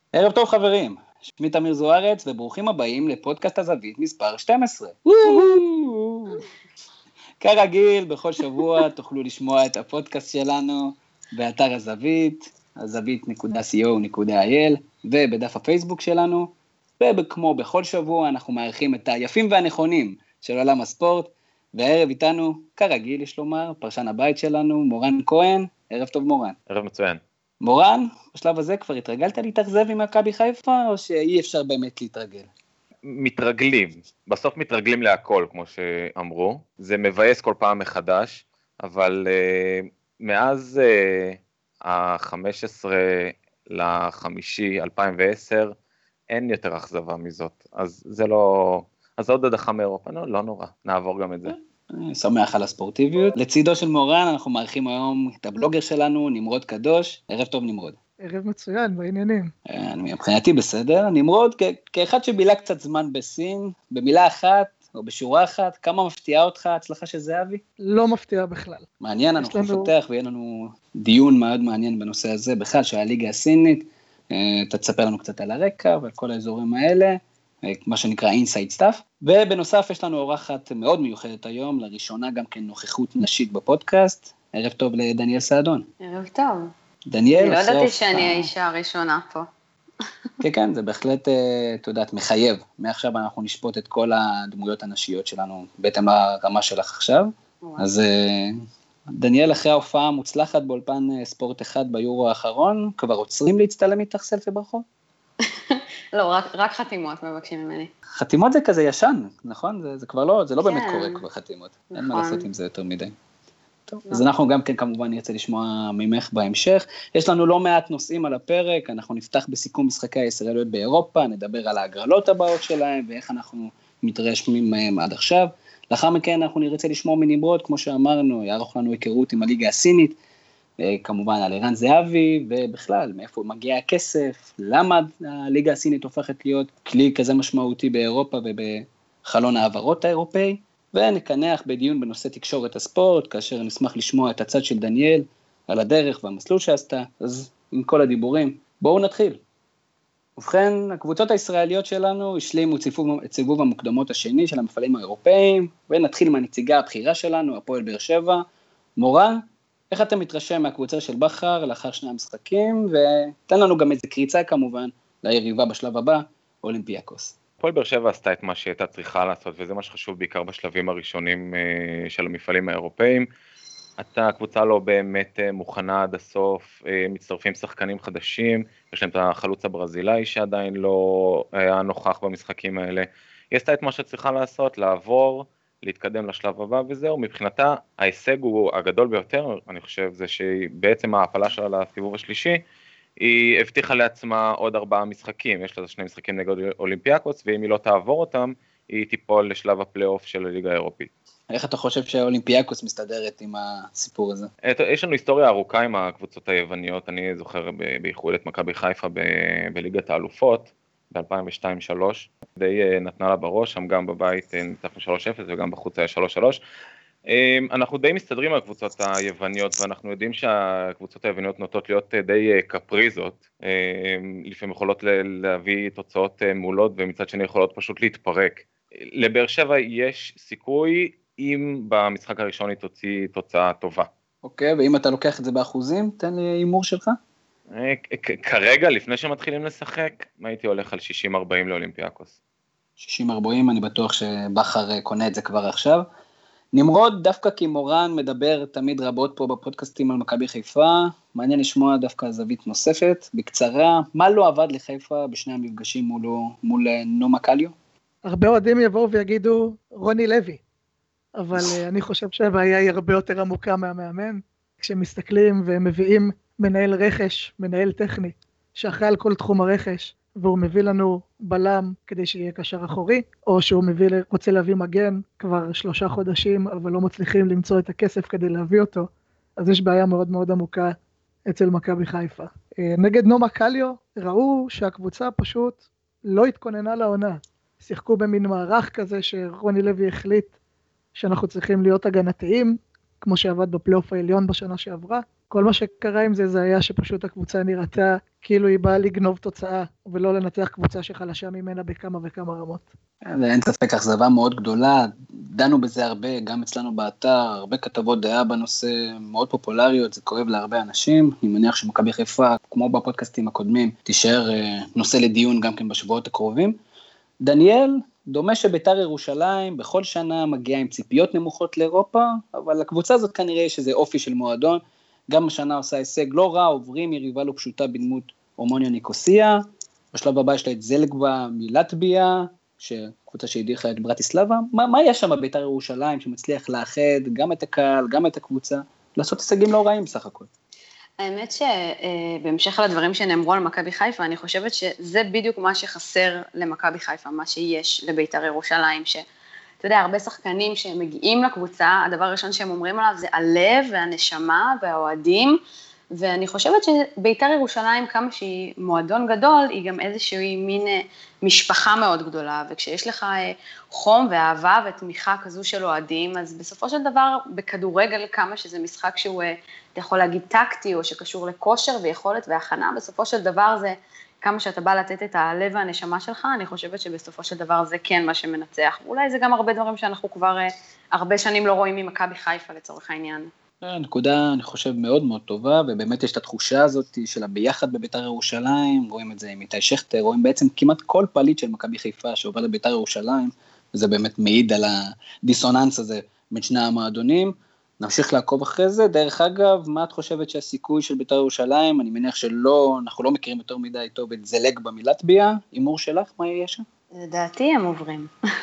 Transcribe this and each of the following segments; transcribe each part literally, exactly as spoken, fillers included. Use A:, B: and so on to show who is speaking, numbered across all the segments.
A: ערב טוב חברים, שמי תמיר זוארץ וברוכים הבאים לפודקאסט הזווית מספר שתים עשרה. כרגיל, בכל שבוע תוכלו לשמוע את הפודקאסט שלנו באתר הזווית, הזווית נקודה סי או נקודה איי אל, ובדף הפייסבוק שלנו, וכמו בכל שבוע אנחנו מארחים את היפים והנכונים של עולם הספורט, והערב איתנו, כרגיל יש לומר, פרשן הבית שלנו, מורן כהן. ערב טוב מורן.
B: ערב מצוין.
A: מורן, בשלב הזה כבר התרגלת להתאכזב עם מכבי חיפה, או שאי אפשר באמת להתרגל?
B: מתרגלים, בסוף מתרגלים להכל, כמו שאמרו. זה מבאס כל פעם מחדש, אבל uh, מאז uh, ה-חמישה עשר לחמישי אלפיים ועשר, אין יותר אכזבה מזאת. אז זה לא... אז עוד הדחה מאירופה, לא, לא נורא, נעבור גם את זה.
A: אני שמח על הספורטיביות. לצידו של מורן אנחנו מארחים היום את הבלוגר שלנו, נמרוד קדוש. ערב טוב נמרוד.
C: ערב מצוין, בעניינים.
A: אני מבחינתי בסדר. נמרוד, כ- כאחד שבילה קצת זמן בסין, במילה אחת או בשורה אחת, כמה מפתיעה אותך ההצלחה של זהבי?
C: לא מפתיעה בכלל.
A: מעניין, אנחנו לנו... נפתח ויהיה לנו דיון מאוד מעניין בנושא הזה, בכלל של הליגה הסינית. אתה תספר לנו קצת על הרקע ועל כל האזורים האלה. מה שנקרא אינסייד סטאפ, ובנוסף יש לנו אורחת מאוד מיוחדת היום, לראשונה גם כן נוכחות נשית בפודקאסט. ערב טוב לדניאל סעדון.
D: ערב טוב.
A: דניאל,
D: אני לא ידעתי שאני האישה הראשונה פה.
A: כן, כן, זה בהחלט, אתה יודעת, מחייב. מעכשיו אנחנו נשפוט את כל הדמויות הנשיות שלנו, בהתאם לרמה שלך עכשיו. אז דניאל, אחרי ההופעה המוצלחת באולפן ספורט אחד ביורו האחרון, כבר עוצרים להצטלם איתך סלפי ברחוב?
D: לא, רק, רק חתימות מבקשים ממני.
A: חתימות זה כזה ישן, נכון? זה, זה כבר לא, זה לא
D: כן.
A: באמת קורה כבר חתימות. נכון. אין מה לעשות עם זה יותר מדי. טוב,
D: לא.
A: אז אנחנו גם כן כמובן נרצה לשמוע ממך בהמשך. יש לנו לא מעט נושאים על הפרק, אנחנו נפתח בסיכום משחקי הישראליות באירופה, נדבר על ההגרלות הבאות שלהם, ואיך אנחנו מתרשמים מהם עד עכשיו. לאחר מכן אנחנו נרצה לשמוע מנמרוד, כמו שאמרנו, יערוך לנו היכרות עם הליגה הסינית, כמובן על ערן זהבי, ובכלל, מאיפה מגיע הכסף, למה הליגה הסינית הופכת להיות כלי כזה משמעותי באירופה ובחלון העברות האירופאי, ונקנח בדיון בנושא תקשורת הספורט, כאשר נשמח לשמוע את הצד של דניאל על הדרך והמסלול שעשתה. אז עם כל הדיבורים, בואו נתחיל. ובכן, הקבוצות הישראליות שלנו השלימו את סיבוב המוקדמות השני של המפעלים האירופאיים, ונתחיל מהנציגה הבכירה שלנו, הפועל באר שבע. מורן, איך אתה מתרשם מהקבוצה של בכר לאחר שני המשחקים, ותן לנו גם איזה קריצה כמובן ליריבה בשלב הבא, אולימפיאקוס.
B: הפועל באר שבע עשתה את מה שהייתה צריכה לעשות, וזה מה שחשוב בעיקר בשלבים הראשונים של המפעלים האירופאים. אתה הקבוצה לא באמת מוכנה עד הסוף, מצטרפים שחקנים חדשים, יש להם את החלוץ הברזילאי שעדיין לא היה נוכח במשחקים האלה. היא עשתה את מה שצריכה לעשות, לעבור, להתקדם לשלב הבא, וזהו, מבחינתה ההישג הוא הגדול ביותר, אני חושב, זה שבעצם ההפלה שלה לסיבוב השלישי, היא הבטיחה לעצמה עוד ארבעה משחקים, יש לה שני משחקים נגד אולימפיאקוס, ואם היא לא תעבור אותם, היא תיפול לשלב הפלייאוף של הליגה האירופית.
A: איך אתה חושב שהאולימפיאקוס מסתדרת עם הסיפור הזה?
B: יש לנו היסטוריה ארוכה עם הקבוצות היווניות, אני זוכר בייחוד את מכבי חיפה בליגת האלופות, ב-אלפיים ושתיים שלוש, די נתנה לה בראש, שם גם בבית ניצחנו שלוש אפס וגם בחוץ היה שלוש שלוש. אנחנו די מסתדרים על הקבוצות היווניות, ואנחנו יודעים שהקבוצות היווניות נוטות להיות די קפריזות, לפעמים יכולות להביא תוצאות מעולות, ומצד שני יכולות פשוט להתפרק. לבאר שבע יש סיכוי אם במשחק הראשון היא תוציא תוצאה טובה.
A: אוקיי, ואם אתה לוקח את זה באחוזים, תן לי הימור שלך.
B: כרגע, לפני שמתחילים לשחק, הייתי הולך על שישים ארבעים לאולימפיאקוס.
A: שישים ארבעים, אני בטוח שבחר קונה את זה כבר עכשיו. נמרוד, דווקא כי מורן מדבר תמיד רבות פה בפודקאסטים על מכבי חיפה, מעניין לשמוע דווקא זווית נוספת, בקצרה, מה לא עבד לחיפה בשני המפגשים מולו, מול נומה קליו?
C: הרבה אוהדים יבואו ויגידו רוני לוי, אבל אני חושב שהבעיה היא הרבה יותר עמוקה מהמאמן, כשמסתכלים ומביאים מנהל רכש, מנהל טכני, שאחראי על כל תחום הרכש, והוא מביא לנו בלם כדי שיהיה קשר אחורי, או שהוא מביא, רוצה להביא מגן כבר שלושה חודשים, אבל לא מצליחים למצוא את הכסף כדי להביא אותו, אז יש בעיה מאוד מאוד עמוקה אצל מכבי חיפה. נגד נומה קליו ראו שהקבוצה פשוט לא התכוננה לעונה, שיחקו במין מערך כזה שרוני לוי החליט שאנחנו צריכים להיות הגנתיים, כמו שעבד בפלייאוף העליון בשנה שעברה, כל מה שקרה עם זה, זה היה שפשוט הקבוצה נראתה כאילו היא באה לגנוב תוצאה, ולא לנצח קבוצה שחלשה ממנה בכמה וכמה רמות.
A: אין ספק, אכזבה מאוד גדולה, דנו בזה הרבה, גם אצלנו באתר, הרבה כתבות דעה בנושא, מאוד פופולריות, זה כואב להרבה אנשים, אני מניח שמכבי חיפה, כמו בפודקאסטים הקודמים, תישאר נושא לדיון גם כן בשבועות הקרובים. דניאל, דומה שביתר ירושלים בכל שנה מגיעה עם ציפיות נמוכות לאירופה, אבל הקבוצה הזאת כנראה יש איזה אופי של מועדון, גם השנה עושה הישג לא רע, עוברים יריבה לא פשוטה בדמות אומוניה ניקוסיה, בשלב הבא יש לה את זלגבה מלטביה, שקבוצה שהדיחה את ברטיסלבה, מה, מה יש שם בביתר ירושלים שמצליח לאחד גם את הקהל, גם את הקבוצה, לעשות הישגים לא רעים בסך הכל?
D: האמת שבהמשך לדברים שנאמרו על מכבי חיפה, אני חושבת שזה בדיוק מה שחסר למכבי חיפה, מה שיש לביתר ירושלים, שאתה יודע, הרבה שחקנים שמגיעים לקבוצה, הדבר הראשון שהם אומרים עליו זה הלב והנשמה והאוהדים, ואני חושבת שביתר ירושלים, כמה שהיא מועדון גדול, היא גם איזושהי מין משפחה מאוד גדולה, וכשיש לך חום ואהבה ותמיכה כזו של אוהדים, אז בסופו של דבר, בכדורגל כמה שזה משחק שהוא, אתה יכול להגיד טקטי, או שקשור לכושר ויכולת והכנה, בסופו של דבר זה כמה שאתה בא לתת את הלב והנשמה שלך, אני חושבת שבסופו של דבר זה כן מה שמנצח, ואולי זה גם הרבה דברים שאנחנו כבר הרבה שנים לא רואים ממכבי חיפה לצורך העניין.
A: נקודה, אני חושב, מאוד מאוד טובה, ובאמת יש את התחושה הזאת של הביחד בביתר ירושלים, רואים את זה עם איתי שכטר, רואים בעצם כמעט כל פליט של מכבי חיפה שעובר לביתר ירושלים, וזה באמת מעיד על הדיסוננס הזה בין שני המועדונים. נמשיך לעקוב אחרי זה. דרך אגב, מה את חושבת שהסיכוי של ביתר ירושלים? אני מניח שלא, אנחנו לא מכירים יותר מדי טוב את זלגבה מלטביה, הימור שלך, מה יהיה שם?
D: לדעתי הם עוברים.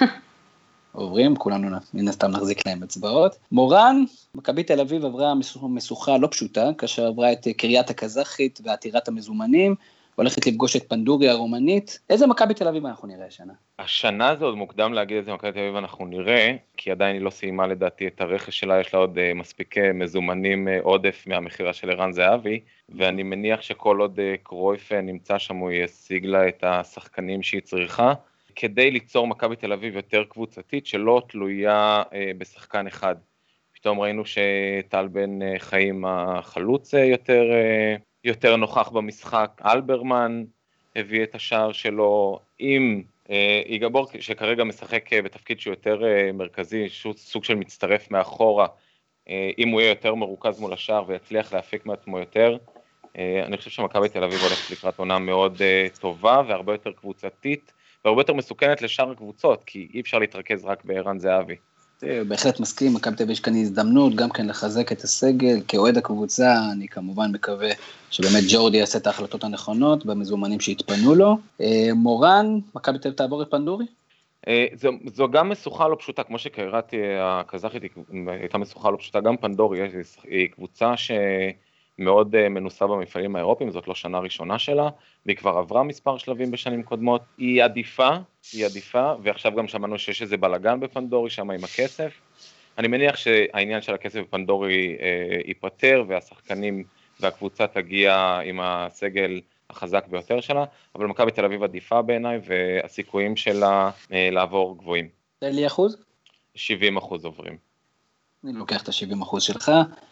A: עוברים, כולנו מן הסתם נחזיק להם אצבעות. מורן, מכבי תל אביב עברה משוכה לא פשוטה, כאשר עברה את קריית הקזחית ועתירת המזומנים, הולכת לפגוש את פנדוריה הרומנית. איזה מכבי תל אביב אנחנו נראה השנה?
B: השנה זה עוד מוקדם להגיד איזה מכבי תל אביב אנחנו נראה, כי עדיין היא לא סיימה לדעתי את הרכש שלה, יש לה עוד מספיק מזומנים עודף מהמחירה של ערן זהבי, ואני מניח שכל עוד קרויף נמצא שם הוא ישיג לה את השחקנים שהיא צריכה, כדי ליצור מכבי תל אביב יותר קבוצתית, שלא תלויה אה, בשחקן אחד. פתאום ראינו שטל בן אה, חיים החלוץ יותר, אה, יותר נוכח במשחק, אלברמן הביא את השער שלו, עם אה, איגבור שכרגע משחק אה, בתפקיד שהוא יותר אה, מרכזי, שהוא סוג של מצטרף מאחורה, אה, אם הוא יהיה יותר מרוכז מול השער ויצליח להפיק מעצמו יותר, אה, אני חושב שמכבי תל אביב הולכת לקראת עונה מאוד אה, טובה והרבה יותר קבוצתית, והרבה יותר מסוכנת לשאר הקבוצות, כי אי אפשר להתרכז רק בערן זהבי.
A: בהחלט מסכים, מכבי תל אביב יש כאן הזדמנות, גם כן לחזק את הסגל, כאוהד הקבוצה, אני כמובן מקווה שבאמת ג'ורדי יעשה את ההחלטות הנכונות, במזומנים שהתפנו לו. מורן, מכבי תל אביב תעבור את פנדורי?
B: זו, זו גם משוכה לא פשוטה, כמו שקראתי, הקזחית הייתה משוכה לא פשוטה, גם פנדורי היא קבוצה ש... מאוד מנוסה במפעלים האירופיים, זאת לא שנה ראשונה שלה, והיא כבר עברה מספר שלבים בשנים קודמות, היא עדיפה, היא עדיפה, ועכשיו גם שמענו שיש איזה בלגן בפנדורי, שם עם הכסף, אני מניח שהעניין של הכסף בפנדורי אה, ייפטר, והשחקנים והקבוצה תגיע עם הסגל החזק ביותר שלה, אבל מכבי תל אביב עדיפה בעיניי, והסיכויים שלה אה, לעבור גבוהים.
A: תן לי אחוז?
B: שבעים אחוז עוברים.
A: אני לוקח את ה-שבעים אחוז שלך,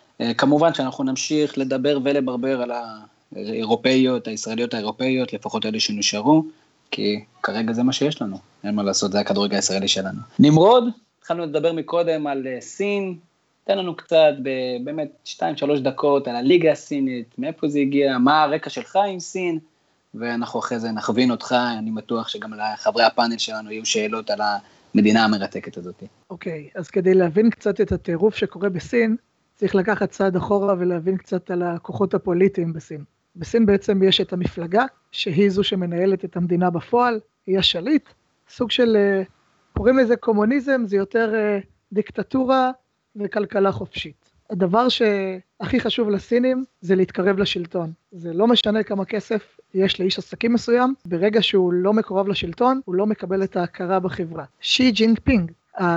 A: כמובן שאנחנו נמשיך לדבר ולברבר על האירופאיות, הישראליות האירופאיות, לפחות אלה שנשארו, כי כרגע זה מה שיש לנו, אין מה לעשות, זה הכדורגל הישראלי שלנו. נמרוד, התחלנו לדבר מקודם על סין, תן לנו קצת, באמת שתיים שלוש דקות על הליגה הסינית, מאיפה זה הגיע, מה הרקע שלך עם סין, ואנחנו אחרי זה נכווין אותך, אני בטוח שגם לחברי הפאנל שלנו יהיו שאלות על המדינה המרתקת הזאת.
C: אוקיי, אז כדי להבין קצת את הטירוף שקורה בסין, צריך לקחת צעד אחורה ולהבין קצת על הכוחות הפוליטיים בסין. בסין בעצם יש את המפלגה, שהיא זו שמנהלת את המדינה בפועל, היא השליט, סוג של, קוראים לזה קומוניזם, זה יותר דיקטטורה וכלכלה חופשית. הדבר שהכי חשוב לסינים זה להתקרב לשלטון. זה לא משנה כמה כסף יש לאיש עסקים מסוים, ברגע שהוא לא מקורב לשלטון, הוא לא מקבל את ההכרה בחברה. שי ג'ינג פינג,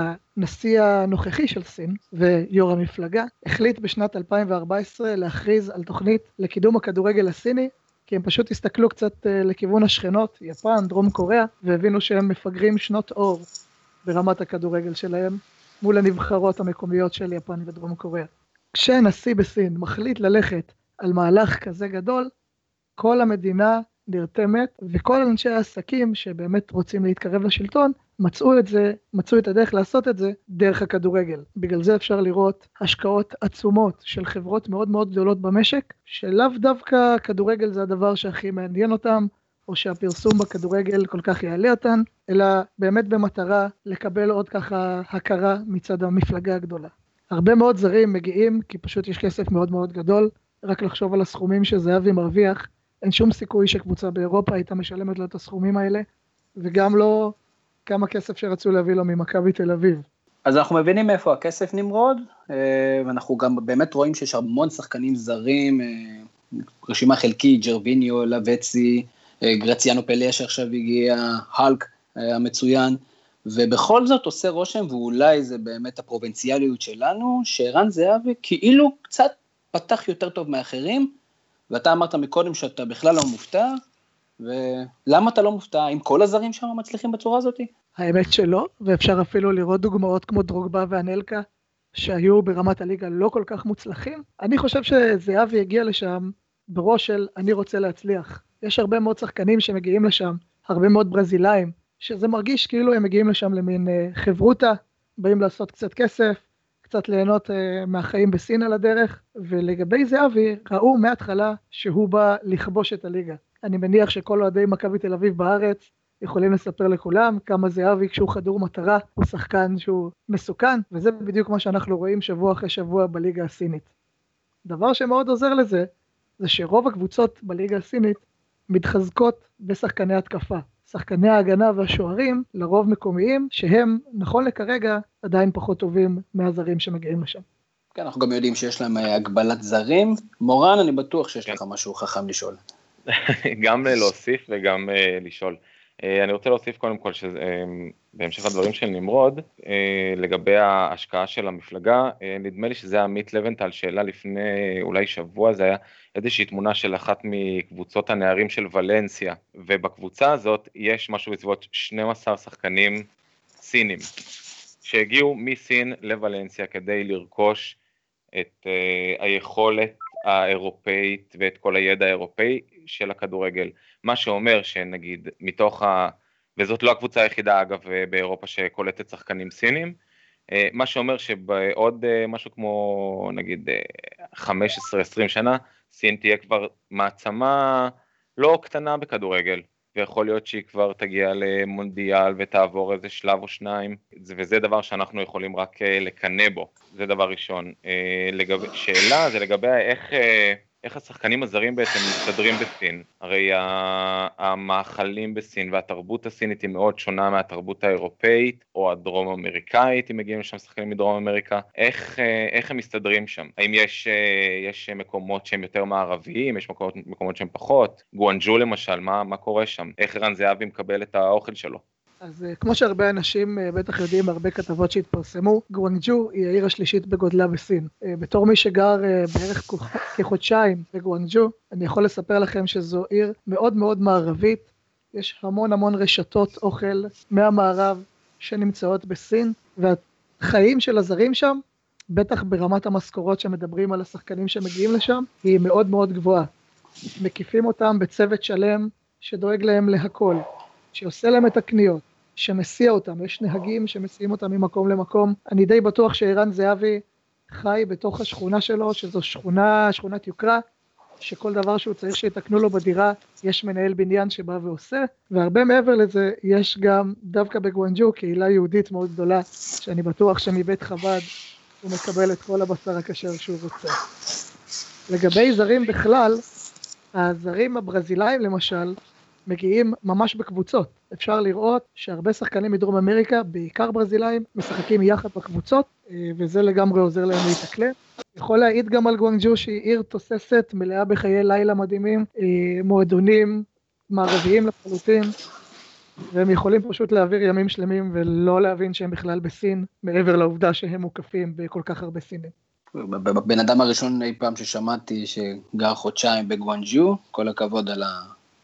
C: הנשיא הנוכחי של סין ויו"ר המפלגה, החליט בשנת אלפיים וארבע עשרה להכריז על תוכנית לקידום הכדורגל הסיני, כי הם פשוט הסתכלו קצת לכיוון השכנות, יפן, דרום קוריאה, והבינו שהם מפגרים שנות אור ברמת הכדורגל שלהם, מול הנבחרות המקומיות של יפן ודרום קוריאה. כשנשיא בסין מחליט ללכת על מהלך כזה גדול, כל המדינה נרתמת, וכל אנשי העסקים שבאמת רוצים להתקרב לשלטון, מצאו את זה, מצאו את הדרך לעשות את זה דרך הכדורגל. בגלל זה אפשר לראות השקעות עצומות של חברות מאוד מאוד גדולות במשק, שלאו דווקא כדורגל זה הדבר שהכי מעניין אותם, או שהפרסום בכדורגל כל כך יעלה אותן, אלא באמת במטרה לקבל עוד ככה הכרה מצד המפלגה הגדולה. הרבה מאוד זרים מגיעים כי פשוט יש כסף מאוד מאוד גדול, רק לחשוב על הסכומים שזהבי מרוויח, אין שום סיכוי שקבוצה באירופה הייתה משלמת לו את הסכומים האלה, וגם לא כמה כסף שרצו להביא לו ממכבי תל אביב.
A: אז אנחנו מבינים איפה הכסף נמרוד, ואנחנו גם באמת רואים שיש המון שחקנים זרים, רשימה חלקית, ג'רביניו, לבצי, גרציאנו פליה שעכשיו הגיע, הלק המצוין, ובכל זאת עושה רושם, ואולי זה באמת הפרובינציאליות שלנו, שערן זהבי כאילו קצת פתח יותר טוב מאחרים, ואתה אמרת מקודם שאתה בכלל לא מופתע, ולמה אתה לא מופתע? אם כל הזרים שם מצליחים בצורה הזאת?
C: האמת שלא, ואפשר אפילו לראות דוגמאות כמו דרוגבה ואנלקה, שהיו ברמת הליגה לא כל כך מוצלחים. אני חושב שזהבי הגיע לשם בראש של אני רוצה להצליח. יש הרבה מאוד שחקנים שמגיעים לשם, הרבה מאוד ברזילאים, שזה מרגיש כאילו הם מגיעים לשם למין חברותה, באים לעשות קצת כסף, קצת ליהנות מהחיים בסין על הדרך, ולגבי זהבי ראו מההתחלה שהוא בא לכבוש את הליגה. אני מניח שכל אוהדי מכבי תל אביב בארץ יכולים לספר לכולם כמה זהבי כשהוא חדור מטרה הוא שחקן שהוא מסוכן, וזה בדיוק מה שאנחנו רואים שבוע אחרי שבוע בליגה הסינית. דבר שמאוד עוזר לזה, זה שרוב הקבוצות בליגה הסינית מתחזקות בשחקני התקפה. שחקני ההגנה והשוערים לרוב מקומיים שהם נכון לכרגע עדיין פחות טובים מהזרים שמגיעים לשם.
A: כן, אנחנו גם יודעים שיש להם הגבלת זרים. מורן, אני בטוח שיש לך משהו חכם לשאול.
B: גם להוסיף וגם לשאול. אני רוצה להוסיף קודם כל שבהמשך הדברים של נמרוד, לגבי ההשקעה של המפלגה, נדמה לי שזה עמית לבנטל שאלה לפני אולי שבוע, זה היה איזושהי תמונה של אחת מקבוצות הנערים של ולנסיה, ובקבוצה הזאת יש משהו בסביבות שנים עשר שחקנים סינים, שהגיעו מסין לוולנסיה כדי לרכוש את היכולת האירופאית ואת כל הידע האירופאי של הכדורגל, מה שאומר שנגיד מתוך ה... וזאת לא הקבוצה היחידה אגב באירופה שקולטת שחקנים סינים, מה שאומר שבעוד משהו כמו נגיד חמש עשרה עשרים שנה, סין תהיה כבר מעצמה לא קטנה בכדורגל, ויכול להיות שהיא כבר תגיע למונדיאל ותעבור איזה שלב או שניים, וזה דבר שאנחנו יכולים רק לקנה בו, זה דבר ראשון. לגב... שאלה זה לגבי איך, איך השחקנים הזרים בעצם מסתדרים בסין, הרי המאכלים בסין והתרבות הסינית היא מאוד שונה מהתרבות האירופאית או הדרום אמריקאית, אם מגיעים לשם שחקנים מדרום אמריקה, איך, איך הם מסתדרים שם? האם יש, יש מקומות שהם יותר מערביים, יש מקומות, מקומות שהם פחות? גואנג'ו למשל, מה, מה קורה שם? איך ערן זהבי מקבל את האוכל שלו?
C: אז כמו שהרבה אנשים בטח יודעים, הרבה כתבות שהתפרסמו, גואנג'ו היא העיר השלישית בגודלה בסין. בתור מי שגר בערך כחודשיים בגואנג'ו, אני יכול לספר לכם שזו עיר מאוד מאוד מערבית, יש המון המון רשתות אוכל מהמערב שנמצאות בסין, והחיים של הזרים שם, בטח ברמת המשכורות שמדברים על השחקנים שמגיעים לשם, היא מאוד מאוד גבוהה. מקיפים אותם בצוות שלם שדואג להם להכל. שעושה להם את הקניות, שמסיע אותם, יש נהגים שמסיעים אותם ממקום למקום. אני די בטוח שערן זהבי חי בתוך השכונה שלו, שזו שכונה, שכונת יוקרה, שכל דבר שהוא צריך שיתקנו לו בדירה, יש מנהל בניין שבא ועושה, והרבה מעבר לזה, יש גם דווקא בגואנג'ו, קהילה יהודית מאוד גדולה, שאני בטוח שמבית חב"ד הוא מקבל את כל הבשר הכשר שהוא רוצה. לגבי זרים בכלל, הזרים הברזילאים למשל, מגיעים ממש בקבוצות. אפשר לראות שהרבה שחקנים מדרום אמריקה, בעיקר ברזילאים, משחקים יחד בקבוצות, וזה לגמרי עוזר להם להתאקלם. יכול להעיד גם על גואנג'ו שהיא עיר תוססת, מלאה בחיי לילה מדהימים, מועדונים מערביים לחלוטין, והם יכולים פשוט להעביר ימים שלמים ולא להבין שהם בכלל בסין, מעבר לעובדה שהם מוקפים בכל כך הרבה סינים.
A: בן אדם הראשון אי פעם ששמעתי שגר חודשיים בגואנג'ו, כל הכבוד על ה...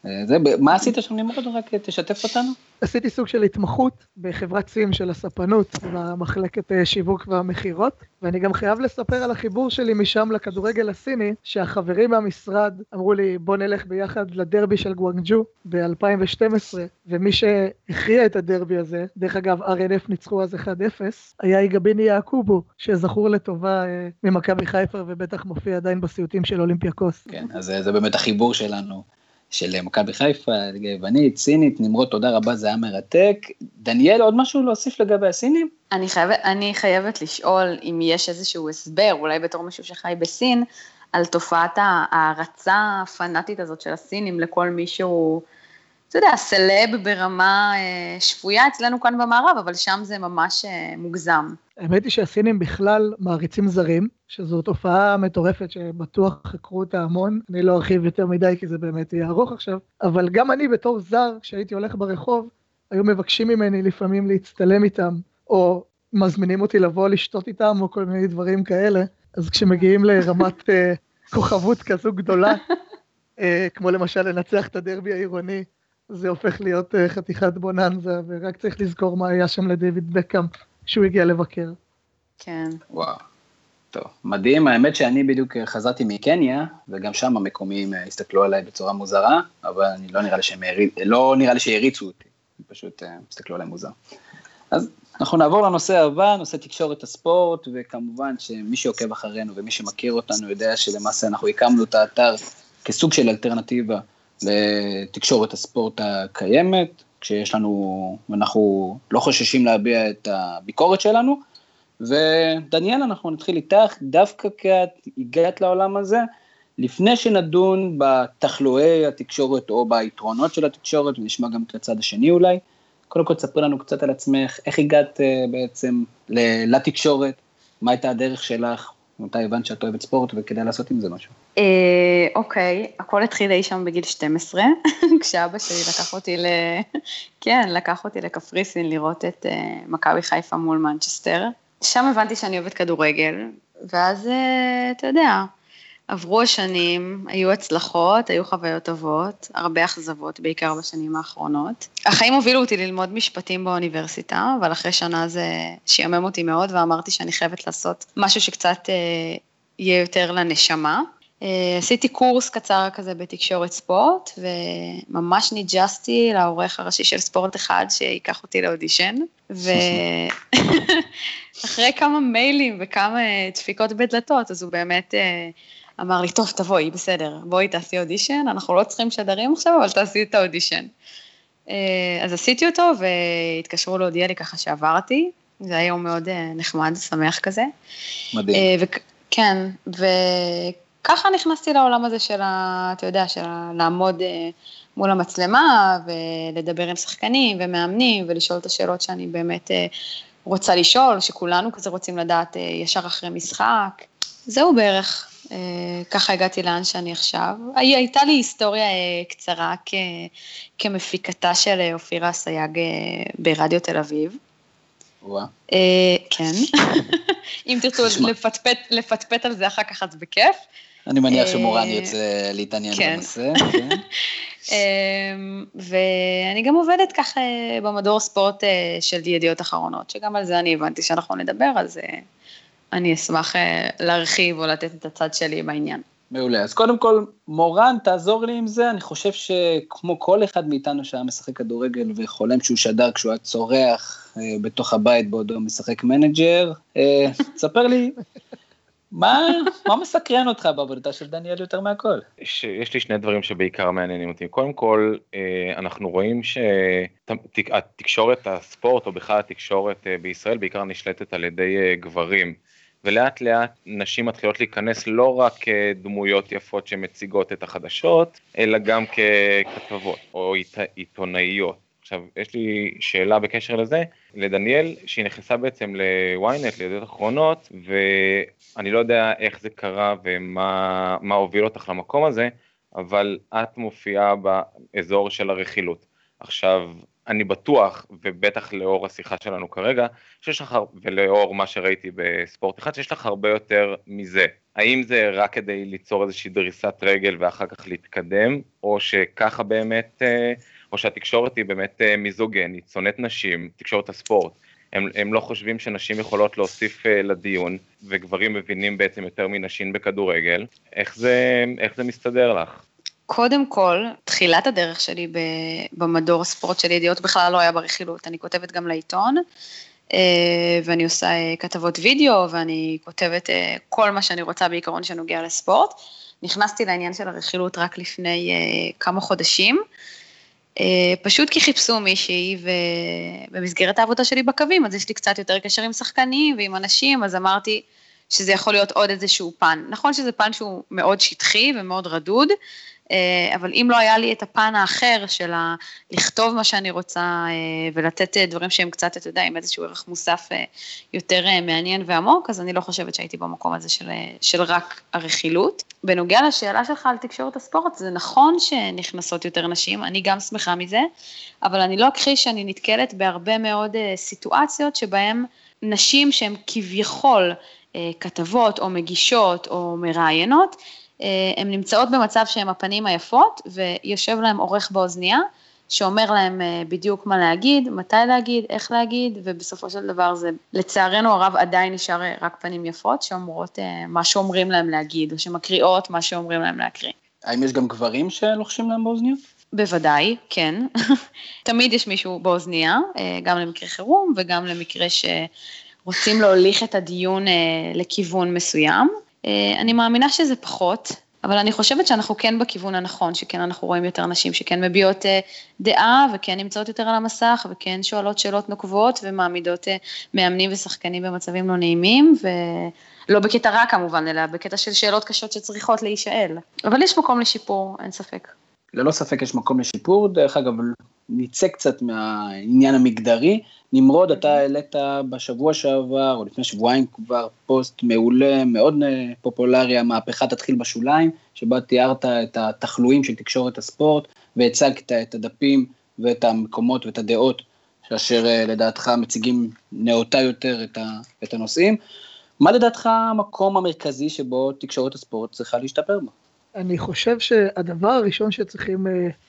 A: זה, מה עשית שם נמרוד? רק תשתף אותנו.
C: עשיתי סוג של התמחות בחברת סים של הספנות, במחלקת שיווק והמחירות, ואני גם חייב לספר על החיבור שלי משם לכדורגל הסיני, שהחברים מהמשרד אמרו לי בוא נלך ביחד לדרבי של גואנג'ו ב-אלפיים ושתים עשרה, ומי שהכריע את הדרבי הזה, דרך אגב אר אן אף ניצחו אז אחד אפס, היה איגביני יעקובו, שזכור לטובה ממכבי חיפה ובטח מופיע עדיין בסיוטים של אולימפיאקוס.
A: כן, אז זה באמת החיבור שלנו. של מכבי חיפה, יוונית, סינית, נמרוד, תודה רבה, זה היה מרתק. דניאל, עוד משהו להוסיף לגבי הסינים?
D: אני חייבת, אני חייבת לשאול אם יש איזשהו הסבר, אולי בתור מישהו שחי בסין, על תופעת ההרצה הפנאטית הזאת של הסינים לכל מישהו, אתה יודע, סלב ברמה שפויה אצלנו כאן במערב, אבל שם זה ממש מוגזם.
C: האמת היא שהסינים בכלל מעריצים זרים, שזו תופעה מטורפת שבטוח חקרו אותה המון, אני לא ארחיב יותר מדי כי זה באמת יהיה ארוך עכשיו, אבל גם אני בתור זר, כשהייתי הולך ברחוב, היו מבקשים ממני לפעמים להצטלם איתם, או מזמינים אותי לבוא לשתות איתם, או כל מיני דברים כאלה, אז כשמגיעים לרמת uh, כוכבות כזו גדולה, uh, כמו למשל לנצח את הדרבי העירוני, זה הופך להיות uh, חתיכת בוננזה, ורק צריך לזכור מה היה שם לדיוויד בקאם, כשהוא הגיע לבקר.
D: כן.
A: וואו, טוב, מדהים, האמת שאני בדיוק חזרתי מקניה, וגם שם המקומיים הסתכלו עליי בצורה מוזרה, אבל אני לא נראה לי שהם לא נראה לי שהריצו אותי, הם פשוט הסתכלו עליי מוזר. אז אנחנו נעבור לנושא הבא, נושא תקשורת הספורט, וכמובן שמי שעוקב אחרינו ומי שמכיר אותנו יודע שלמעשה אנחנו הקמנו את האתר כסוג של אלטרנטיבה לתקשורת הספורט הקיימת, כשיש לנו, ואנחנו לא חוששים להביע את הביקורת שלנו, ודניאל, אנחנו נתחיל איתך, דווקא כי את הגעת לעולם הזה, לפני שנדון בתחלואי התקשורת או ביתרונות של התקשורת, ונשמע גם את הצד השני אולי, קודם כל תספרי לנו קצת על עצמך, איך הגעת בעצם לתקשורת, מה הייתה הדרך שלך, מתי הבנת שאת אוהבת ספורט וכדאי לעשות עם זה משהו?
D: אוקיי, הכל התחיל אי שם בגיל שתים עשרה, כשאבא שלי לקח אותי ל... כן, לקח אותי לקפריסין לראות את מכבי חיפה מול מנצ'סטר. שם הבנתי שאני אוהבת כדורגל, ואז, אתה יודע, עברו השנים, היו הצלחות, היו חוויות טובות, הרבה אכזבות, בעיקר בשנים האחרונות. החיים הובילו אותי ללמוד משפטים באוניברסיטה, אבל אחרי שנה זה שיאמם אותי מאוד, ואמרתי שאני חייבת לעשות משהו שקצת אה, יהיה יותר לנשמה. אה, עשיתי קורס קצר כזה בתקשורת ספורט, וממש ניג'סתי לעורך הראשי של ספורט אחד, שיקח אותי לאודישן, ואחרי כמה מיילים וכמה דפיקות בדלתות, אז הוא באמת... אה, אמר לי, טוב, תבואי, בסדר, בואי תעשי אודישן, אנחנו לא צריכים שדרים עכשיו, אבל תעשי את האודישן. אז עשיתי אותו, והתקשרו להודיע לי ככה שעברתי, זה היה יום מאוד נחמד, שמח כזה.
A: מדהים.
D: כן, וככה נכנסתי לעולם הזה של, אתה יודע, של לעמוד מול המצלמה, ולדבר עם שחקנים ומאמנים, ולשאול את השאלות שאני באמת רוצה לשאול, שכולנו כזה רוצים לדעת ישר אחרי משחק. זהו בערך. ככה הגעתי לאן שאני עכשיו. הייתה לי היסטוריה קצרה כמפיקתה של אופירה סייג ברדיו תל אביב.
A: וואה.
D: כן. אם תרצו לפטפט על זה אחר כך, אז בכיף.
A: אני מניח שמורן יוצא להתעניין בנושא.
D: ואני גם עובדת ככה במדור ספורט של ידיעות אחרונות, שגם על זה אני הבנתי שאנחנו נדבר, אז... אני אשמח להרחיב או לתת את הצד שלי בעניין.
A: מעולה, אז קודם כל, מורן, תעזור לי עם זה, אני חושב שכמו כל אחד מאיתנו שהיה משחק כדורגל וחולם שהוא שדר כשהוא היה צורח בתוך הבית בעודו משחק מנג'ר, תספר לי, מה, מה מסקרן אותך בעבודתה של דניאל יותר מהכל?
B: יש, יש לי שני דברים שבעיקר מעניינים אותי. קודם כל, אנחנו רואים שהתקשורת הספורט, או בכלל התקשורת בישראל, בעיקר נשלטת על ידי גברים, ולאט לאט נשים מתחילות להיכנס לא רק כדמויות יפות שמציגות את החדשות, אלא גם ככתבות או עיתונאיות. עכשיו, יש לי שאלה בקשר לזה, לדניאל, שהיא נכנסה בעצם לוויינט, לידיעות אחרונות, ואני לא יודע איך זה קרה ומה מה הוביל אותך למקום הזה, אבל את מופיעה באזור של הרכילות. עכשיו, אני בטוח, ובטח לאור השיחה שלנו כרגע, שיש לך, ולאור מה שראיתי בספורט אחד, שיש לך הרבה יותר מזה. האם זה רק כדי ליצור איזושהי דריסת רגל ואחר כך להתקדם, או שככה באמת, או שהתקשורת היא באמת מיזוגנית, שונאת נשים, תקשורת הספורט, הם, הם לא חושבים שנשים יכולות להוסיף לדיון, וגברים מבינים בעצם יותר מנשים בכדורגל, איך זה, איך זה מסתדר לך?
D: קודם כל, תחילת הדרך שלי במדור הספורט של ידיעות בכלל לא היה ברכילות, אני כותבת גם לעיתון, ואני עושה כתבות וידאו, ואני כותבת כל מה שאני רוצה בעיקרון שנוגע לספורט. נכנסתי לעניין של הרכילות רק לפני כמה חודשים, פשוט כי חיפשו מישהי, ובמסגרת העבודה שלי בקווים, אז יש לי קצת יותר קשר עם שחקנים ועם אנשים, אז אמרתי שזה יכול להיות עוד איזשהו פן. נכון שזה פן שהוא מאוד שטחי ומאוד רדוד, אבל אם לא היה לי את הפן האחר של לכתוב מה שאני רוצה ולתת דברים שהם קצת, אתה יודע, עם איזשהו ערך מוסף יותר מעניין ועמוק, אז אני לא חושבת שהייתי במקום הזה של, של רק הרכילות. בנוגע לשאלה שלך על תקשורת הספורט, זה נכון שנכנסות יותר נשים, אני גם שמחה מזה, אבל אני לא אכחיש שאני נתקלת בהרבה מאוד סיטואציות שבהן נשים שהן כביכול כתבות או מגישות או מראיינות, הן נמצאות במצב שהן הפנים היפות, ויושב להם עורך באוזנייה, שאומר להם בדיוק מה להגיד, מתי להגיד, איך להגיד, ובסופו של דבר זה, לצערנו הרב עדיין נשאר רק פנים יפות, שאומרות מה שאומרים להם להגיד, או שמקריאות מה שאומרים להם להקריא.
A: האם יש גם גברים שלוחשים להם באוזניות?
D: בוודאי, כן. תמיד יש מישהו באוזנייה, גם למקרה חירום, וגם למקרה שרוצים להוליך את הדיון לכיוון מסוים. אני מאמינה שזה פחות, אבל אני חושבת שאנחנו כן בכיוון הנכון, שכן אנחנו רואים יותר נשים שכן מביעות דעה, וכן נמצאות יותר על המסך, וכן שואלות שאלות נוקבות, ומעמידות מאמנים ושחקנים במצבים לא נעימים, ולא בקטע רע כמובן, אלא בקטע של שאלות קשות שצריכות להישאל. אבל יש מקום לשיפור, אין ספק.
A: ללא ספק יש מקום לשיפור, דרך אגב, ניצא קצת מהעניין המגדרי. נמרוד, אתה העלית בשבוע שעבר, או לפני שבועיים כבר, פוסט מעולה, מאוד פופולרי, המהפכה תתחיל בשוליים, שבה תיארת את התחלואים של תקשורת הספורט, והצגת את הדפים ואת המקומות ואת הדעות, שאשר לדעתך מציגים נאותה יותר את הנושאים. מה לדעתך המקום המרכזי שבו תקשורת הספורט צריכה להשתפר בו?
C: אני חושב שהדבר הראשון שצריכים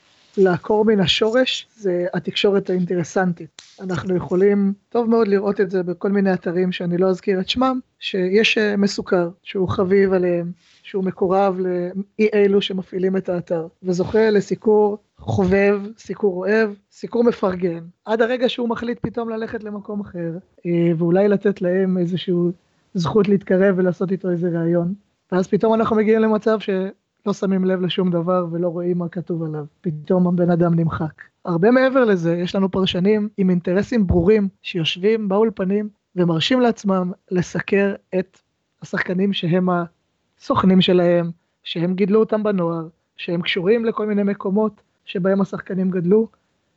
C: לעקור מן השורש זה התקשורת האינטרסנטית. אנחנו יכולים טוב מאוד לראות את זה בכל מיני אתרים שאני לא אזכיר את שמם, שיש מסוכר, שהוא חביב עליהם, שהוא מקורב לאי אלו שמפעילים את האתר, וזוכה לסיקור חובב, סיקור אוהב, סיקור מפרגן, עד הרגע שהוא מחליט פתאום ללכת למקום אחר, ואולי לתת להם איזשהו זכות להתקרב ולעשות איתו איזה רעיון. ואז פתאום אנחנו מגיעים למצב ש... לא שמים לב לשום דבר ולא רואים מה כתוב עליו. פתאום הבן אדם נמחק. הרבה מעבר לזה, יש לנו פרשנים עם אינטרסים ברורים, שיושבים באולפנים ומרשים לעצמם לסקר את השחקנים שהם הסוכנים שלהם, שהם גידלו אותם בנוער, שהם קשורים לכל מיני מקומות שבהם השחקנים גדלו,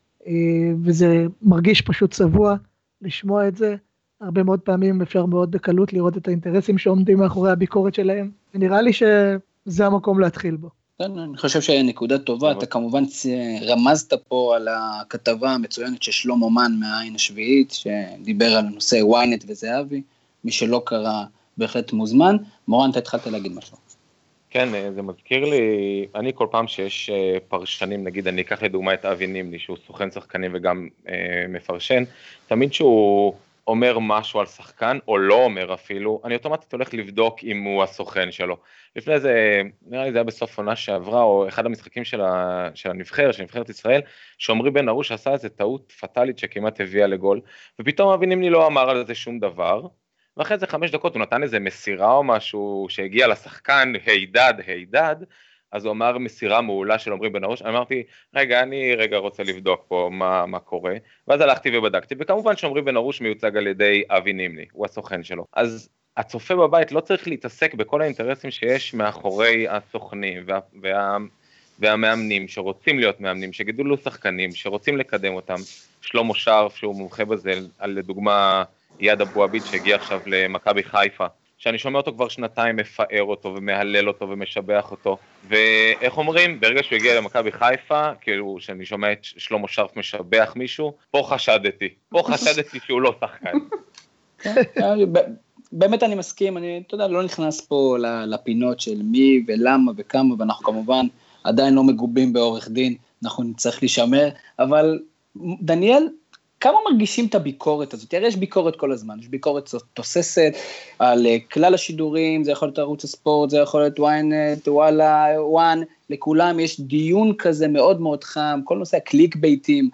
C: וזה מרגיש פשוט צבוע לשמוע את זה. הרבה מאוד פעמים אפשר מאוד בקלות לראות את האינטרסים שעומדים מאחורי הביקורת שלהם, ונראה לי ש... זה המקום להתחיל בו.
A: אני חושב שנקודה טובה, אתה כמובן רמזת פה על הכתבה המצוינת של שלמה אומן מהעין השביעית, שדיבר על נושא וויינט וזהבי, מי שלא קרא בהחלט מוזמן. מורן, אתה התחלת להגיד משהו.
B: כן, זה מזכיר לי, אני כל פעם שיש פרשנים, נגיד אני אקח לדוגמה את אבי נימני, שהוא סוכן שחקנים וגם אה, מפרשן, תמיד שהוא אומר משהו על שחקן, או לא אומר אפילו, אני אוטומטית הולך לבדוק אם הוא הסוכן שלו. לפני זה, נראה לי זה היה בסוף עונה שעברה, או אחד המשחקים של, ה, של הנבחרת, של נבחרת ישראל, שעומרי בן ארוש עשה איזו טעות פטלית שכמעט הביאה לגול, ופתאום אבי נימני לא אמר על זה שום דבר, ואחרי זה חמש דקות הוא נתן איזה מסירה או משהו שהגיע לשחקן, הידד, הידד, אז הוא אמר מסירה מעולה של עומרי בן ארוש, אני אמרתי, רגע, אני רגע רוצה לבדוק פה מה, מה קורה, ואז הלכתי ובדקתי, וכמובן שעומרי בן ארוש מיוצג על ידי אבי נימני, הוא הסוכן שלו. אז הצופה בבית לא צריך להתעסק בכל האינטרסים שיש מאחורי הסוכנים וה, וה, והמאמנים, שרוצים להיות מאמנים, שגידלו שחקנים, שרוצים לקדם אותם. שלמה שרף, שהוא מומחה בזה, על לדוגמה יד אבו עביד, שהגיע עכשיו למכבי חיפה, שאני שומע אותו כבר שנתיים, מפאר אותו ומהלל אותו ומשבח אותו, ואיך אומרים, ברגע שהוא הגיע למכבי חיפה, כאילו שאני שומע את שלמה שרף משבח מישהו, פה חשדתי, פה חשדתי שהוא לא שחקן.
A: באמת אני מסכים, אני, אתה יודע, לא נכנס פה לפינות של מי ולמה וכמה, ואנחנו כמובן עדיין לא מגובים בעורך דין, אנחנו נצטרך להישמר, אבל דניאל, כמה מרגישים את הביקורת הזאת? הרי יש ביקורת כל הזמן, יש ביקורת תוססת על כלל השידורים, זה יכול להיות ערוץ הספורט, זה יכול להיות ynet, וואלה, וואן, לכולם יש דיון כזה מאוד מאוד חם, כל נושא הקליק בייטים,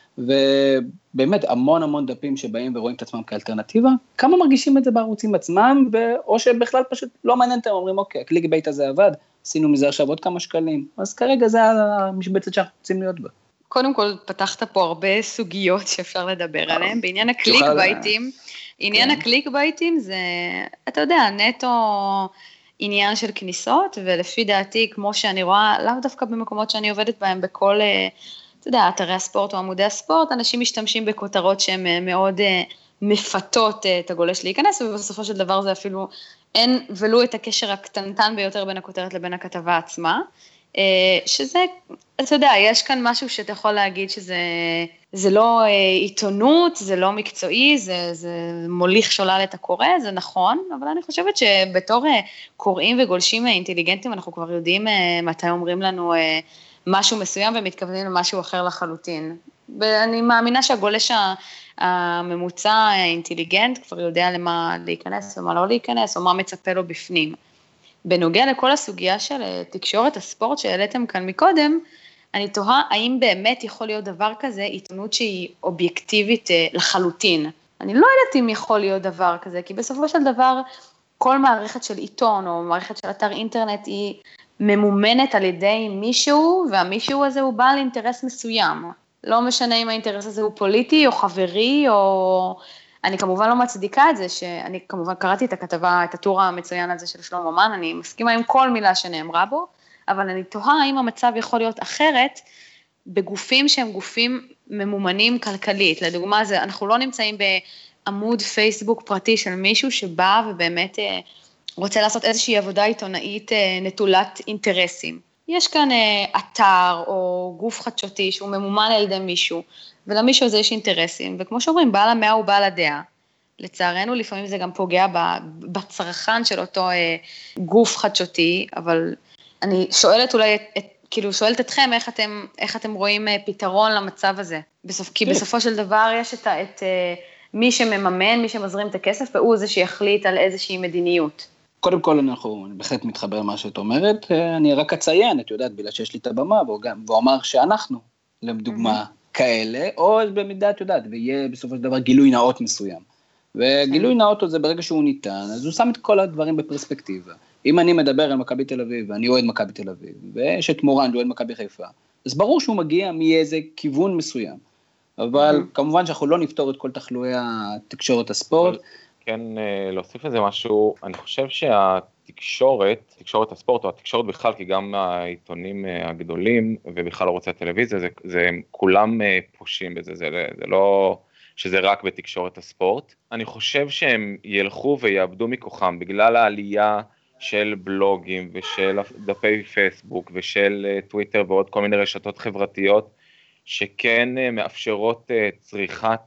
A: ובאמת המון המון דפים שבאים ורואים את עצמם כאלטרנטיבה, כמה מרגישים את זה בערוצים עצמם, או שבכלל פשוט לא מעניין אתם, אומרים אוקיי, הקליק בייט הזה עבד, עשינו מזה עכשיו עוד כמה שקלים, אז כרגע זה המשבצת שאנחנו רוצים להיות בה.
D: קודם כל, פתחת פה הרבה סוגיות שאפשר לדבר עליהן, בעניין הקליק בייטים, עניין הקליק בייטים זה, אתה יודע, נטו עניין של כניסות, ולפי דעתי, כמו שאני רואה, לאו דווקא במקומות שאני עובדת בהם, בכל, אתה יודע, אתרי הספורט או עמודי הספורט, אנשים משתמשים בכותרות שהן מאוד מפתות את הגולש להיכנס, ובסופו של דבר זה אפילו, אין ולו את הקשר הקטנטן ביותר בין הכותרת לבין הכתבה עצמה, שזה, אתה יודע, יש כאן משהו שאתה יכול להגיד שזה זה לא עיתונות, זה לא מקצועי, זה, זה מוליך שולל את הקורא, זה נכון, אבל אני חושבת שבתור קוראים וגולשים אינטליגנטים, אנחנו כבר יודעים מתי אומרים לנו משהו מסוים ומתכוונים למשהו אחר לחלוטין. ואני מאמינה שהגולש הממוצע האינטליגנט כבר יודע למה להיכנס ומה לא להיכנס, או מה מצפה לו בפנים. בנוגע לכל הסוגיה של תקשורת הספורט שהעליתם כאן מקודם, אני תוהה האם באמת יכול להיות דבר כזה, עיתונות שהיא אובייקטיבית לחלוטין. אני לא יודעת אם יכול להיות דבר כזה, כי בסופו של דבר, כל מערכת של עיתון או מערכת של אתר אינטרנט היא ממומנת על ידי מישהו, והמישהו הזה הוא בעל אינטרס מסוים. לא משנה אם האינטרס הזה הוא פוליטי או חברי או... אני כמובן לא מצדיקה את זה, שאני כמובן קראתי את הכתבה, את הטור המצוין הזה של שלמה מן, אני מסכימה עם כל מילה שנאמרה בו, אבל אני תוהה האם המצב יכול להיות אחרת, בגופים שהם גופים ממומנים כלכלית. לדוגמה, זה, אנחנו לא נמצאים בעמוד פייסבוק פרטי של מישהו שבא ובאמת רוצה לעשות איזושהי עבודה עיתונאית נטולת אינטרסים. יש כאן אתר או גוף חדשותי שהוא ממומן על ידי מישהו, ולמישהו הזה יש אינטרסים, וכמו שאומרים, בעל המאה הוא בעל הדעה. לצערנו, לפעמים זה גם פוגע בצרכן של אותו גוף חדשותי, אבל אני שואלת אולי, את, כאילו שואלת אתכם, איך אתם, איך אתם רואים פתרון למצב הזה? בסופ, כי בסופו של דבר יש את, את מי שמממן, מי שמזרים את הכסף, והוא זה שיחליט על איזושהי מדיניות.
A: קודם כל, אנחנו, אני בהחלט מתחבר מה שאת אומרת, אני רק אציין, את יודעת, בגלל שיש לי את הבמה, והוא אמר שאנחנו, לדוגמה, כאלה, או במידה, את יודעת, ויהיה בסופו של דבר גילוי נאות מסוים. וגילוי נאות זה ברגע שהוא ניתן, אז הוא שם את כל הדברים בפרספקטיבה. אם אני מדבר על מכבי תל אביב, ואני אוהד מכבי תל אביב, ויש את מורן, אוהד מכבי חיפה, אז ברור שהוא מגיע מאיזה כיוון מסוים. אבל כמובן שאנחנו לא נפתור את כל תחלואי התקשורת הספורט.
B: כן, להוסיף לזה משהו, אני חושב שהתקשורת, תקשורת הספורט או התקשורת בכלל, כי גם העיתונים הגדולים ובכלל ערוצי הטלוויזיה, זה, זה כולם פושים בזה, זה, זה לא שזה רק בתקשורת הספורט. אני חושב שהם ילכו ויאבדו מכוחם בגלל העלייה של בלוגים ושל דפי פייסבוק ושל טוויטר ועוד כל מיני רשתות חברתיות, שכן מאפשרות צריכת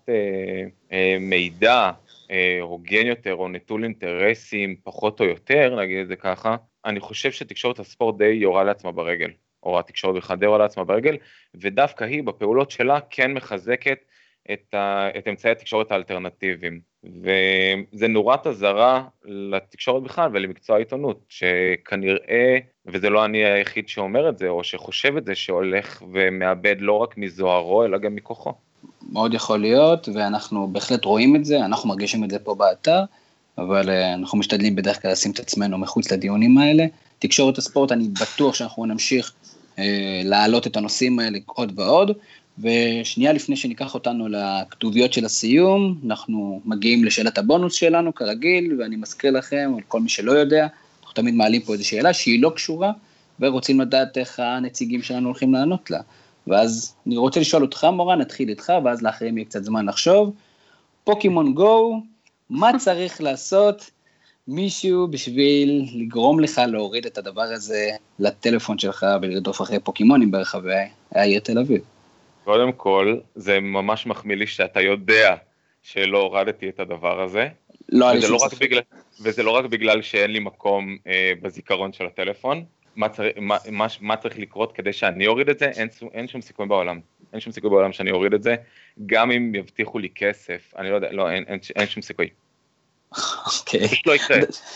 B: מידע, הוגן יותר או נטול אינטרסים פחות או יותר, נגיד את זה ככה. אני חושב שתקשורת הספורט די יורה לעצמה ברגל, או התקשורת בכלל די יורה לעצמה ברגל, ודווקא היא בפעולות שלה כן מחזקת את, ה, את אמצעי התקשורת האלטרנטיביים, וזה נורת הזרה לתקשורת בכלל ולמקצוע העיתונות, שכנראה, וזה לא אני היחיד שאומר את זה, או שחושב את זה, שהולך ומאבד לא רק מזוהרו, אלא גם מכוחו.
A: מאוד יכול להיות, ואנחנו בהחלט רואים את זה, אנחנו מרגישים את זה פה באתר, אבל אנחנו משתדלים בדרך כלל לשים את עצמנו מחוץ לדיונים האלה. תקשורת הספורט, אני בטוח שאנחנו נמשיך אה, להעלות את הנושאים האלה עוד ועוד, ושנייה לפני שניקח אותנו לכתוביות של הסיום, אנחנו מגיעים לשאלת הבונוס שלנו כרגיל, ואני מזכיר לכם, על כל מי שלא יודע, אנחנו תמיד מעלים פה איזו שאלה שהיא לא קשורה, ורוצים לדעת איך הנציגים שלנו הולכים לענות לה. ואז אני רוצה לשאול אותך, מורן, נתחיל איתך, ואז לאחרים יהיה קצת זמן לחשוב. פוקימון גו, מה צריך לעשות מישהו בשביל לגרום לך להוריד את הדבר הזה לטלפון שלך ולרדוף אחרי פוקימונים ברחבי העיר תל אביב?
B: קודם כל, זה ממש מחמיא לי שאתה יודע שלא הורדתי את הדבר הזה.
A: לא היה לי
B: וזה
A: שום
B: לא רק
A: ספק.
B: בגלל, וזה לא רק בגלל שאין לי מקום אה, בזיכרון של הטלפון, מה צריך, מה, מה, מה צריך לקרות כדי שאני אוריד את זה, אין, אין שום סיכוי בעולם, אין שום סיכוי בעולם שאני אוריד את זה, גם אם יבטיחו לי כסף, אני לא יודע, לא, אין, אין, אין שום סיכוי.
A: אוקיי.
B: פשוט לא יקרה.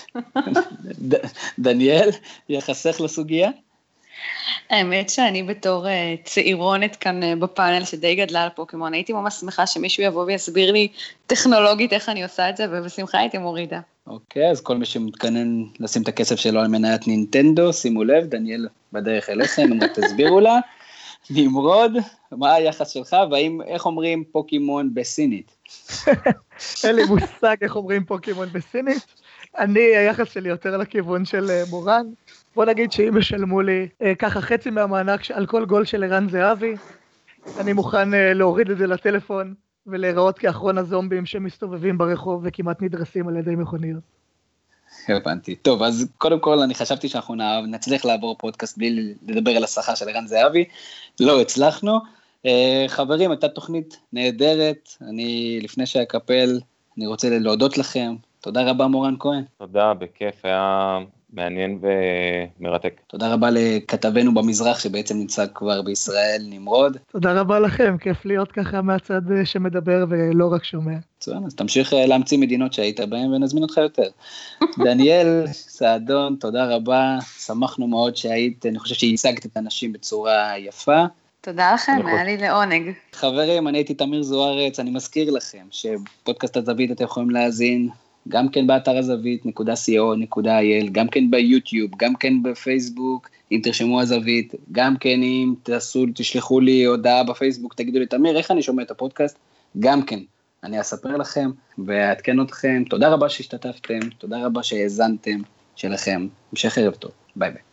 A: ד- דניאל, יחסך לסוגיה?
D: האמת שאני בתור uh, צעירונת כאן uh, בפאנל שדי גדלה על פוקימון, הייתי ממש שמחה שמישהו יבוא ויסביר לי טכנולוגית איך אני עושה את זה, ובשמחה הייתי מורידה.
A: אוקיי, אז כל מי שמתכנן לשים את הכסף שלו על מניית נינטנדו, שימו לב, דניאל בדרך אליכם, רק תסבירו לה. נמרוד, מה היחס שלך, והאם, איך אומרים פוקימון בסינית?
C: אין לי מושג איך אומרים פוקימון בסינית. אני, היחס שלי יותר לכיוון של uh, מורן. בוא נגיד שאם ישלמו לי uh, ככה חצי מהמענק על כל גול של ערן זהבי, אני מוכן uh, להוריד את זה לטלפון, ולהיראות כאחרון הזומבים שמסתובבים ברחוב וכמעט נדרסים על ידי מכוניות.
A: הבנתי. טוב, אז קודם כל אני חשבתי שאנחנו נצליח לעבור פודקאסט בלי לדבר על השכר של ערן זהבי, לא הצלחנו. חברים, הייתה תוכנית נהדרת, אני לפני שאקפל, אני רוצה להודות לכם, תודה רבה מורן כהן.
B: תודה, בכיף, היה מעניין ומרתק.
A: תודה רבה לכתבנו במזרח שבעצם נמצא כבר בישראל, נמרוד.
C: תודה רבה לכם, כיף להיות ככה מהצד שמדבר ולא רק שומע.
A: מצוין, אז תמשיך להמציא מדינות שהיית בהן ונזמין אותך יותר. דניאל, סעדון, תודה רבה, שמחנו מאוד שהיית, אני חושב שהצגת את האנשים בצורה יפה.
D: תודה לכם, היה לי לעונג.
A: חברים, אני הייתי תמיר זוארץ, אני מזכיר לכם שפודקאסט הזווית אתם יכולים להאזין, גם כן באתר הזווית נקודה סי או נקודה איי אל, גם כן ביוטיוב, גם כן בפייסבוק, אם תרשמו הזווית, גם כן אם תעשו, תשלחו לי הודעה בפייסבוק, תגידו לי, תמיר, איך אני שומע את הפודקאסט? גם כן, אני אספר לכם ואעדכן אתכם. תודה רבה שהשתתפתם, תודה רבה שהאזנתם שלכם. המשך ערב טוב, ביי ביי.